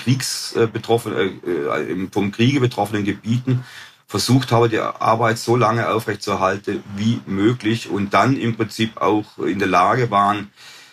vom Kriege betroffenen Gebieten versucht haben, die Arbeit so lange aufrechtzuerhalten wie möglich und dann im Prinzip auch in der Lage waren,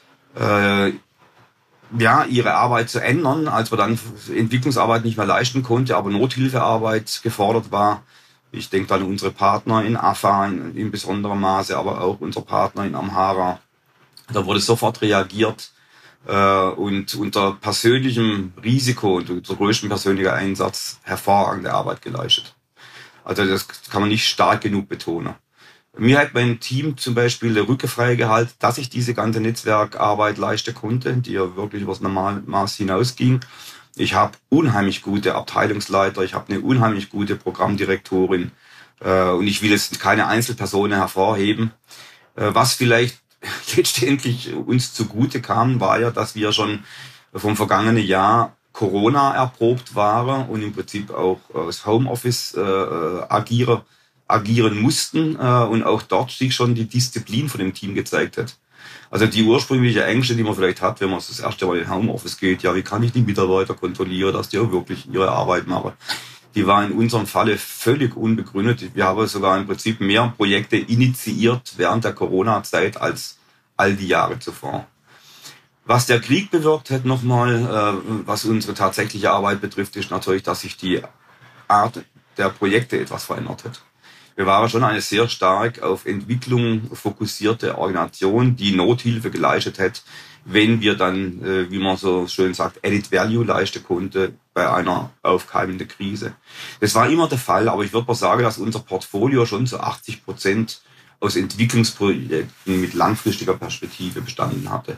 ihre Arbeit zu ändern, als man dann Entwicklungsarbeit nicht mehr leisten konnte, aber Nothilfearbeit gefordert war. Ich denke an unsere Partner in Afar in besonderem Maße, aber auch unsere Partner in Amhara. Da wurde sofort reagiert. und unter persönlichem Risiko und unter größtem persönlicher Einsatz hervorragende Arbeit geleistet. Also das kann man nicht stark genug betonen. Mir hat mein Team zum Beispiel der Rücke frei gehalten, dass ich diese ganze Netzwerkarbeit leisten konnte, die ja wirklich über das Normalmaß hinausging. Ich habe unheimlich gute Abteilungsleiter, ich habe eine unheimlich gute Programmdirektorin und ich will jetzt keine Einzelpersonen hervorheben. Was vielleicht letztendlich uns zugute kam, war ja, dass wir schon vom vergangenen Jahr Corona erprobt waren und im Prinzip auch aus Homeoffice agieren mussten und auch dort sich schon die Disziplin von dem Team gezeigt hat. Also die ursprüngliche Ängste, die man vielleicht hat, wenn man das erste Mal in Homeoffice geht, ja, wie kann ich die Mitarbeiter kontrollieren, dass die auch wirklich ihre Arbeit machen, die war in unserem Falle völlig unbegründet. Wir haben sogar im Prinzip mehr Projekte initiiert während der Corona-Zeit als all die Jahre zuvor. Was der Krieg bewirkt hat nochmal, was unsere tatsächliche Arbeit betrifft, ist natürlich, dass sich die Art der Projekte etwas verändert hat. Wir waren schon eine sehr stark auf Entwicklung fokussierte Organisation, die Nothilfe geleistet hat, wenn wir dann, wie man so schön sagt, Added Value leisten konnte bei einer aufkeimenden Krise. Das war immer der Fall, aber ich würde mal sagen, dass unser Portfolio schon zu 80% aus Entwicklungsprojekten mit langfristiger Perspektive bestanden hatte.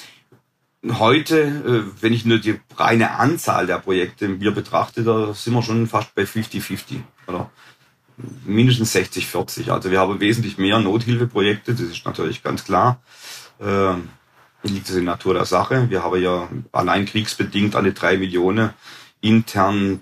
Heute, wenn ich nur die reine Anzahl der Projekte mir betrachte, da sind wir schon fast bei 50-50, oder? Mindestens 60-40. Also wir haben wesentlich mehr Nothilfeprojekte, das ist natürlich ganz klar. Liegt es in der Natur der Sache. Wir haben ja allein kriegsbedingt alle 3 Millionen intern,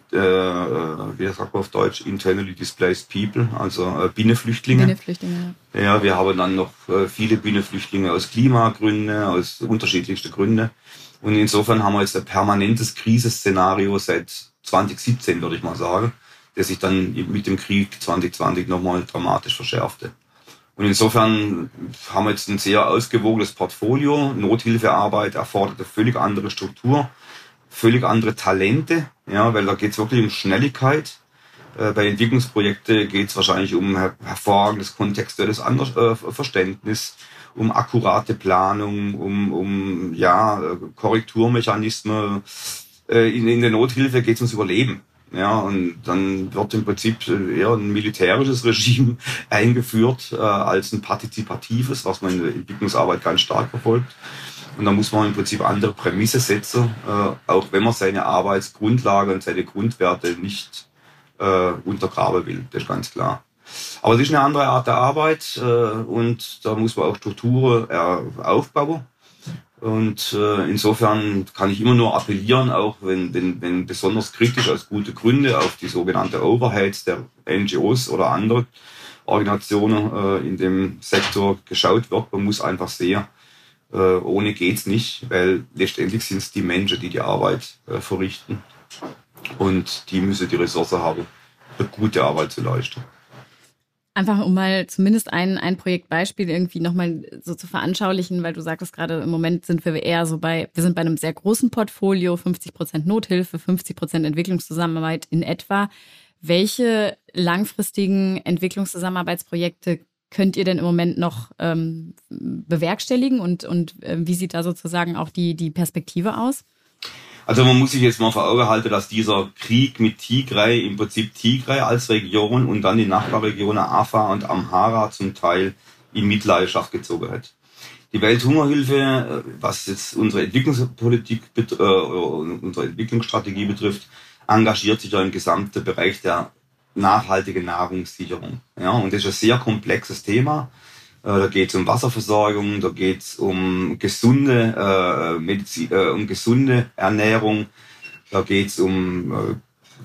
wie sagt man auf Deutsch, internally displaced people, also Binnenflüchtlinge. Binnenflüchtlinge, ja. Ja, wir haben dann noch viele Binnenflüchtlinge aus Klimagründen, aus unterschiedlichsten Gründen. Und insofern haben wir jetzt ein permanentes Krisenszenario seit 2017, würde ich mal sagen, der sich dann mit dem Krieg 2020 nochmal dramatisch verschärfte. Und insofern haben wir jetzt ein sehr ausgewogenes Portfolio. Nothilfearbeit erfordert eine völlig andere Struktur, völlig andere Talente, ja, weil da geht es wirklich um Schnelligkeit. Bei Entwicklungsprojekten geht es wahrscheinlich um hervorragendes kontextuelles Verständnis, um akkurate Planung, um Korrekturmechanismen. In der Nothilfe geht es ums Überleben. Ja, und dann wird im Prinzip eher ein militärisches Regime eingeführt als ein partizipatives, was man in der Entwicklungsarbeit ganz stark verfolgt. Und da muss man im Prinzip andere Prämisse setzen, auch wenn man seine Arbeitsgrundlage und seine Grundwerte nicht untergraben will, das ist ganz klar. Aber es ist eine andere Art der Arbeit und da muss man auch Strukturen aufbauen. Und insofern kann ich immer nur appellieren, auch wenn besonders kritisch aus guten Gründen auf die sogenannte Overheads der NGOs oder andere Organisationen in dem Sektor geschaut wird. Man muss einfach sehen, ohne geht's nicht, weil letztendlich sind es die Menschen, die die Arbeit verrichten. Und die müssen die Ressource haben, eine gute Arbeit zu leisten. Einfach um mal zumindest ein Projektbeispiel irgendwie nochmal so zu veranschaulichen, weil du sagtest gerade, im Moment sind wir eher so wir sind bei einem sehr großen Portfolio, 50% Nothilfe, 50% Entwicklungszusammenarbeit in etwa. Welche langfristigen Entwicklungszusammenarbeitsprojekte könnt ihr denn im Moment noch bewerkstelligen und wie sieht da sozusagen auch die Perspektive aus? Also man muss sich jetzt mal vor Augen halten, dass dieser Krieg mit Tigray, im Prinzip Tigray als Region und dann die Nachbarregionen Afar und Amhara zum Teil in Mitleidenschaft gezogen hat. Die Welthungerhilfe, was jetzt unsere Entwicklungspolitik, unsere Entwicklungsstrategie betrifft, engagiert sich ja im gesamten Bereich der nachhaltigen Nahrungssicherung. Ja, und das ist ein sehr komplexes Thema. Da geht es um Wasserversorgung, da geht es um gesunde gesunde Ernährung, da geht es um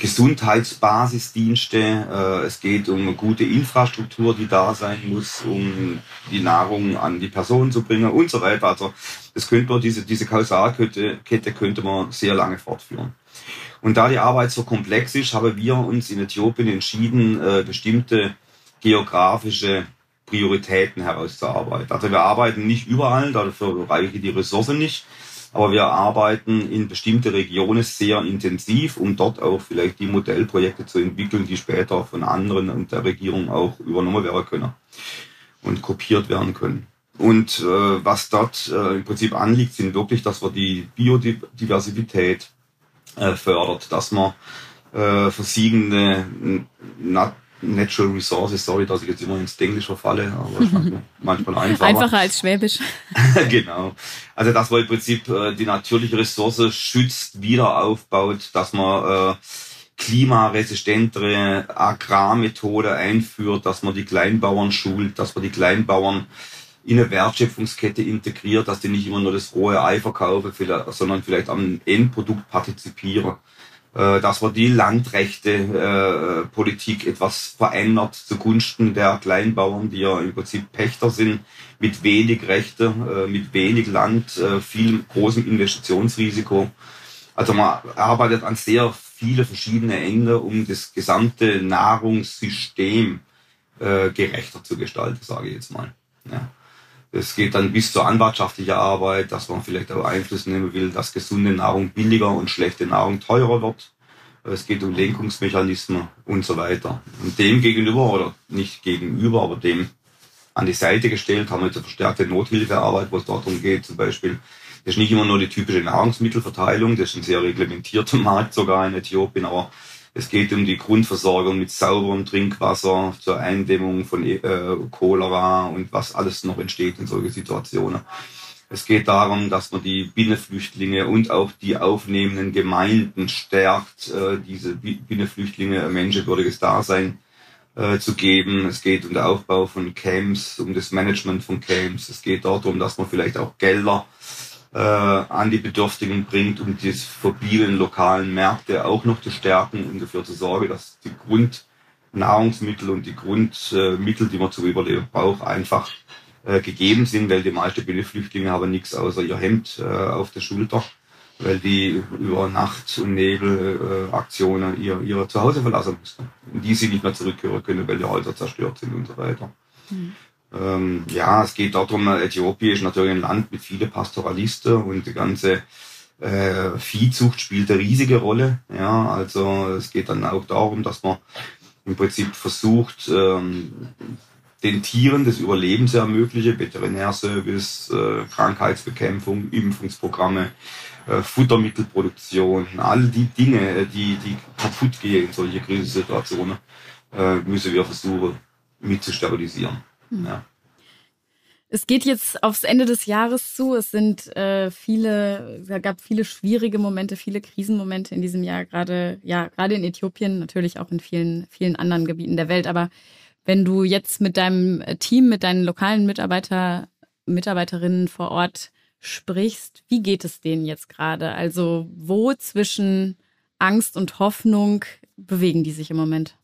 Gesundheitsbasisdienste, es geht um eine gute Infrastruktur, die da sein muss, um die Nahrung an die Person zu bringen und so weiter. Also das könnte man, diese Kausalkette könnte man sehr lange fortführen. Und da die Arbeit so komplex ist, haben wir uns in Äthiopien entschieden, bestimmte geografische Prioritäten herauszuarbeiten. Also wir arbeiten nicht überall, dafür reichen die Ressourcen nicht, aber wir arbeiten in bestimmte Regionen sehr intensiv, um dort auch vielleicht die Modellprojekte zu entwickeln, die später von anderen und der Regierung auch übernommen werden können und kopiert werden können. Und was dort im Prinzip anliegt, sind wirklich, dass man die Biodiversität fördert, dass man versiegende Natural Resources, sorry, dass ich jetzt immer ins Englisch verfalle, aber es ist manchmal einfacher. Einfacher als Schwäbisch. Genau. Also, dass man im Prinzip die natürliche Ressource schützt, wieder aufbaut, dass man klimaresistentere Agrarmethode einführt, dass man die Kleinbauern schult, dass man die Kleinbauern in eine Wertschöpfungskette integriert, dass die nicht immer nur das rohe Ei verkaufen, sondern vielleicht am Endprodukt partizipieren. Dass man die Landrechte Politik etwas verändert zugunsten der Kleinbauern, die ja im Prinzip Pächter sind, mit wenig Rechte, mit wenig Land, viel großem Investitionsrisiko. Also man arbeitet an sehr viele verschiedene Enden, um das gesamte Nahrungssystem gerechter zu gestalten, sage ich jetzt mal. Ja. Es geht dann bis zur anwaltschaftlichen Arbeit, dass man vielleicht auch Einfluss nehmen will, dass gesunde Nahrung billiger und schlechte Nahrung teurer wird. Es geht um Lenkungsmechanismen und so weiter. Und dem gegenüber, oder nicht gegenüber, aber dem an die Seite gestellt, haben wir jetzt eine verstärkte Nothilfearbeit, wo es darum geht, zum Beispiel, das ist nicht immer nur die typische Nahrungsmittelverteilung, das ist ein sehr reglementierter Markt sogar in Äthiopien, aber es geht um die Grundversorgung mit sauberem Trinkwasser zur Eindämmung von Cholera und was alles noch entsteht in solchen Situationen. Es geht darum, dass man die Binnenflüchtlinge und auch die aufnehmenden Gemeinden stärkt, diese Binnenflüchtlinge ein menschenwürdiges Dasein zu geben. Es geht um den Aufbau von Camps, um das Management von Camps. Es geht darum, dass man vielleicht auch Gelder an die Bedürftigen bringt, um die verbliebenen lokalen Märkte auch noch zu stärken und dafür zu sorgen, dass die Grundnahrungsmittel und die Grundmittel, die man zum Überleben braucht, einfach gegeben sind, weil die meisten Binnenflüchtlinge haben nichts außer ihr Hemd auf der Schulter, weil die über Nacht- und Nebelaktionen ihr Zuhause verlassen müssen. Und die sie nicht mehr zurückkehren können, weil die Häuser zerstört sind und so weiter. Ja, es geht darum, Äthiopien ist natürlich ein Land mit vielen Pastoralisten und die ganze Viehzucht spielt eine riesige Rolle. Ja, also es geht dann auch darum, dass man im Prinzip versucht, den Tieren das Überleben zu ermöglichen, Veterinärservice, Krankheitsbekämpfung, Impfungsprogramme, Futtermittelproduktion, all die Dinge, die kaputt gehen in solche Krisensituationen, müssen wir versuchen mit zu stabilisieren. Ja. Es geht jetzt aufs Ende des Jahres zu. Es sind gab viele schwierige Momente, viele Krisenmomente in diesem Jahr, gerade in Äthiopien, natürlich auch in vielen, vielen anderen Gebieten der Welt. Aber wenn du jetzt mit deinem Team, mit deinen lokalen Mitarbeiterinnen vor Ort sprichst, wie geht es denen jetzt gerade? Also wo zwischen Angst und Hoffnung bewegen die sich im Moment?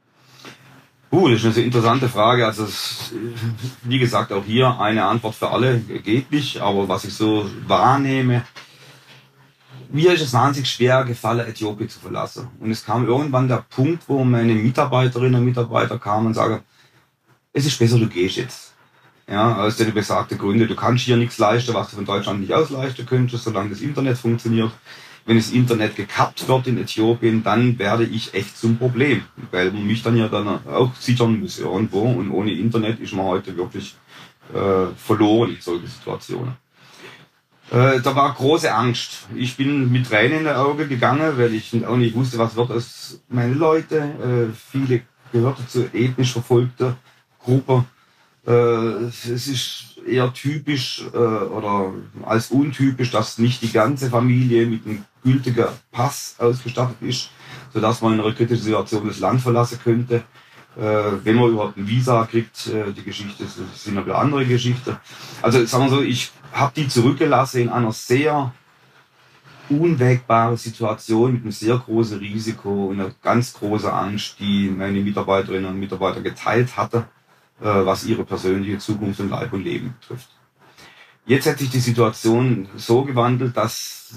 Das ist eine sehr interessante Frage. Also wie gesagt, auch hier eine Antwort für alle geht nicht. Aber was ich so wahrnehme, mir ist es wahnsinnig schwer gefallen, Äthiopien zu verlassen. Und es kam irgendwann der Punkt, wo meine Mitarbeiterinnen und Mitarbeiter kamen und sagen, es ist besser, du gehst jetzt. Ja, aus den besagten Gründen. Du kannst hier nichts leisten, was du von Deutschland nicht ausleisten könntest, solange das Internet funktioniert. Wenn das Internet gekappt wird in Äthiopien, dann werde ich echt zum Problem, weil man mich dann ja dann auch sichern muss irgendwo. Und ohne Internet ist man heute wirklich verloren in solchen Situationen. Da war große Angst. Ich bin mit Tränen in den Augen gegangen, weil ich auch nicht wusste, was wird aus meinen Leuten. Viele gehörten zu ethnisch verfolgter Gruppe. Es ist eher typisch oder als untypisch, dass nicht die ganze Familie mit einem gültigen Pass ausgestattet ist, sodass man in einer kritischen Situation das Land verlassen könnte. Wenn man überhaupt ein Visa kriegt, die Geschichte sind aber andere Geschichten. Also sagen wir so, ich habe die zurückgelassen in einer sehr unwägbaren Situation mit einem sehr großen Risiko und einer ganz großen Angst, die meine Mitarbeiterinnen und Mitarbeiter geteilt hatte, was ihre persönliche Zukunft und Leib und Leben betrifft. Jetzt hat sich die Situation so gewandelt, dass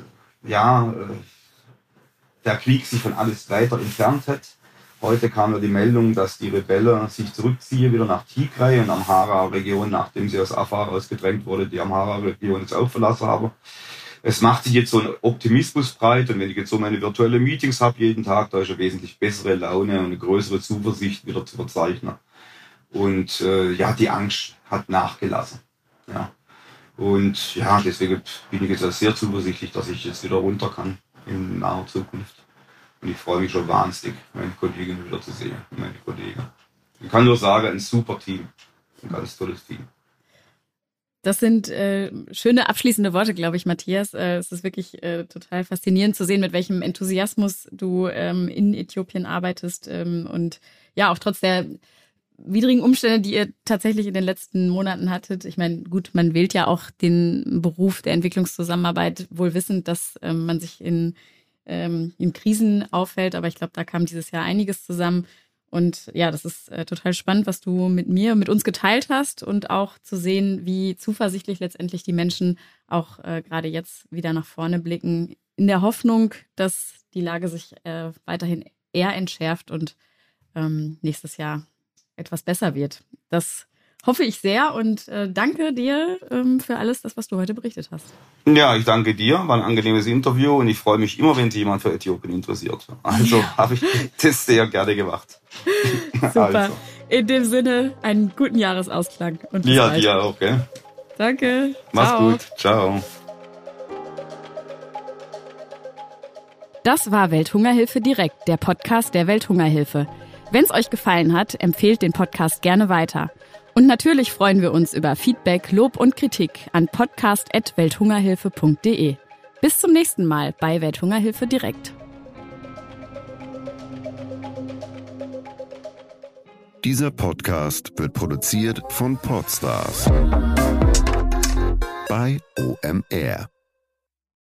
der Krieg sich von alles weiter entfernt hat. Heute kam ja die Meldung, dass die Rebellen sich zurückziehen wieder nach Tigray und Amhara-Region, nachdem sie aus Afar ausgedrängt wurde, die Amhara-Region jetzt auch verlassen haben. Es macht sich jetzt so ein Optimismus breit und wenn ich jetzt so meine virtuelle Meetings habe jeden Tag, da ist eine wesentlich bessere Laune und eine größere Zuversicht wieder zu verzeichnen. Und die Angst hat nachgelassen. Ja. Und ja, deswegen bin ich jetzt auch sehr zuversichtlich, dass ich jetzt wieder runter kann in naher Zukunft. Und ich freue mich schon wahnsinnig, meine Kollegen wieder zu sehen. Meine Kollegen. Ich kann nur sagen, ein super Team. Ein ganz tolles Team. Das sind schöne abschließende Worte, glaube ich, Matthias. Es ist wirklich total faszinierend zu sehen, mit welchem Enthusiasmus du in Äthiopien arbeitest und ja, auch trotz der widrigen Umstände, die ihr tatsächlich in den letzten Monaten hattet. Ich meine, gut, man wählt ja auch den Beruf der Entwicklungszusammenarbeit, wohl wissend, dass man sich in Krisen aufhält, aber ich glaube, da kam dieses Jahr einiges zusammen. Und ja, das ist total spannend, was du mit uns geteilt hast und auch zu sehen, wie zuversichtlich letztendlich die Menschen auch gerade jetzt wieder nach vorne blicken, in der Hoffnung, dass die Lage sich weiterhin eher entschärft und nächstes Jahr etwas besser wird. Das hoffe ich sehr und danke dir für alles, das, was du heute berichtet hast. Ja, ich danke dir. War ein angenehmes Interview und ich freue mich immer, wenn sich jemand für Äthiopien interessiert. Also habe ich das sehr gerne gemacht. Super. Also. In dem Sinne, einen guten Jahresausklang. Und ja, dir auch, gell? Danke. Mach's gut. Ciao. Das war Welthungerhilfe direkt, der Podcast der Welthungerhilfe. Wenn es euch gefallen hat, empfehlt den Podcast gerne weiter. Und natürlich freuen wir uns über Feedback, Lob und Kritik an podcast@welthungerhilfe.de. Bis zum nächsten Mal bei Welthungerhilfe direkt. Dieser Podcast wird produziert von Podstars bei OMR.